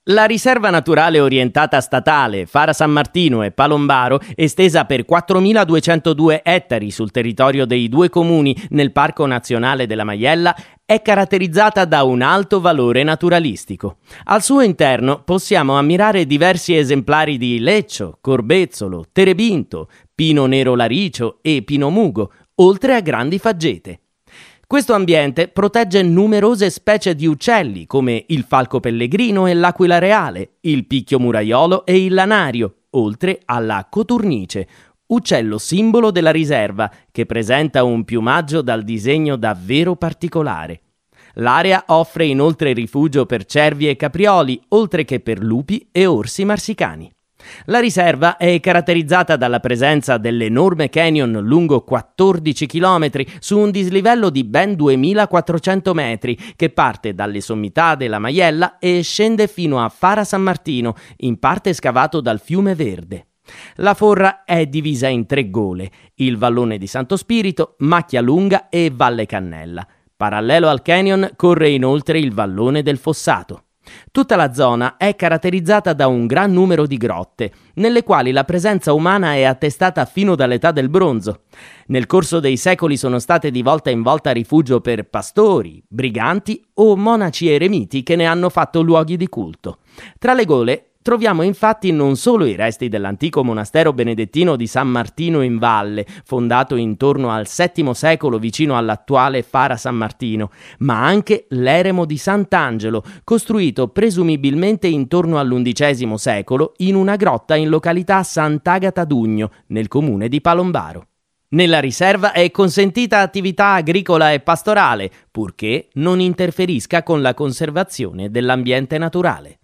La riserva naturale orientata statale Fara San Martino e Palombaro, estesa per 4.202 ettari sul territorio dei due comuni nel Parco Nazionale della Maiella, è caratterizzata da un alto valore naturalistico. Al suo interno possiamo ammirare diversi esemplari di leccio, corbezzolo, terebinto, pino nero laricio e pino mugo, oltre a grandi faggete. Questo ambiente protegge numerose specie di uccelli come il falco pellegrino e l'aquila reale, il picchio muraiolo e il lanario, oltre alla coturnice, uccello simbolo della riserva che presenta un piumaggio dal disegno davvero particolare. L'area offre inoltre rifugio per cervi e caprioli, oltre che per lupi e orsi marsicani. La riserva è caratterizzata dalla presenza dell'enorme canyon lungo 14 km su un dislivello di ben 2400 metri che parte dalle sommità della Maiella e scende fino a Fara San Martino, in parte scavato dal fiume Verde. La forra è divisa in 3 gole, il vallone di Santo Spirito, Macchia Lunga e Valle Cannella. Parallelo al canyon corre inoltre il vallone del Fossato. Tutta la zona è caratterizzata da un gran numero di grotte, nelle quali la presenza umana è attestata fino dall'età del bronzo. Nel corso dei secoli sono state di volta in volta rifugio per pastori, briganti o monaci eremiti che ne hanno fatto luoghi di culto. Tra le gole troviamo infatti non solo i resti dell'antico monastero benedettino di San Martino in Valle, fondato intorno al VII secolo vicino all'attuale Fara San Martino, ma anche l'eremo di Sant'Angelo, costruito presumibilmente intorno all'XI secolo in una grotta in località Sant'Agata d'Ugno, nel comune di Palombaro. Nella riserva è consentita attività agricola e pastorale, purché non interferisca con la conservazione dell'ambiente naturale.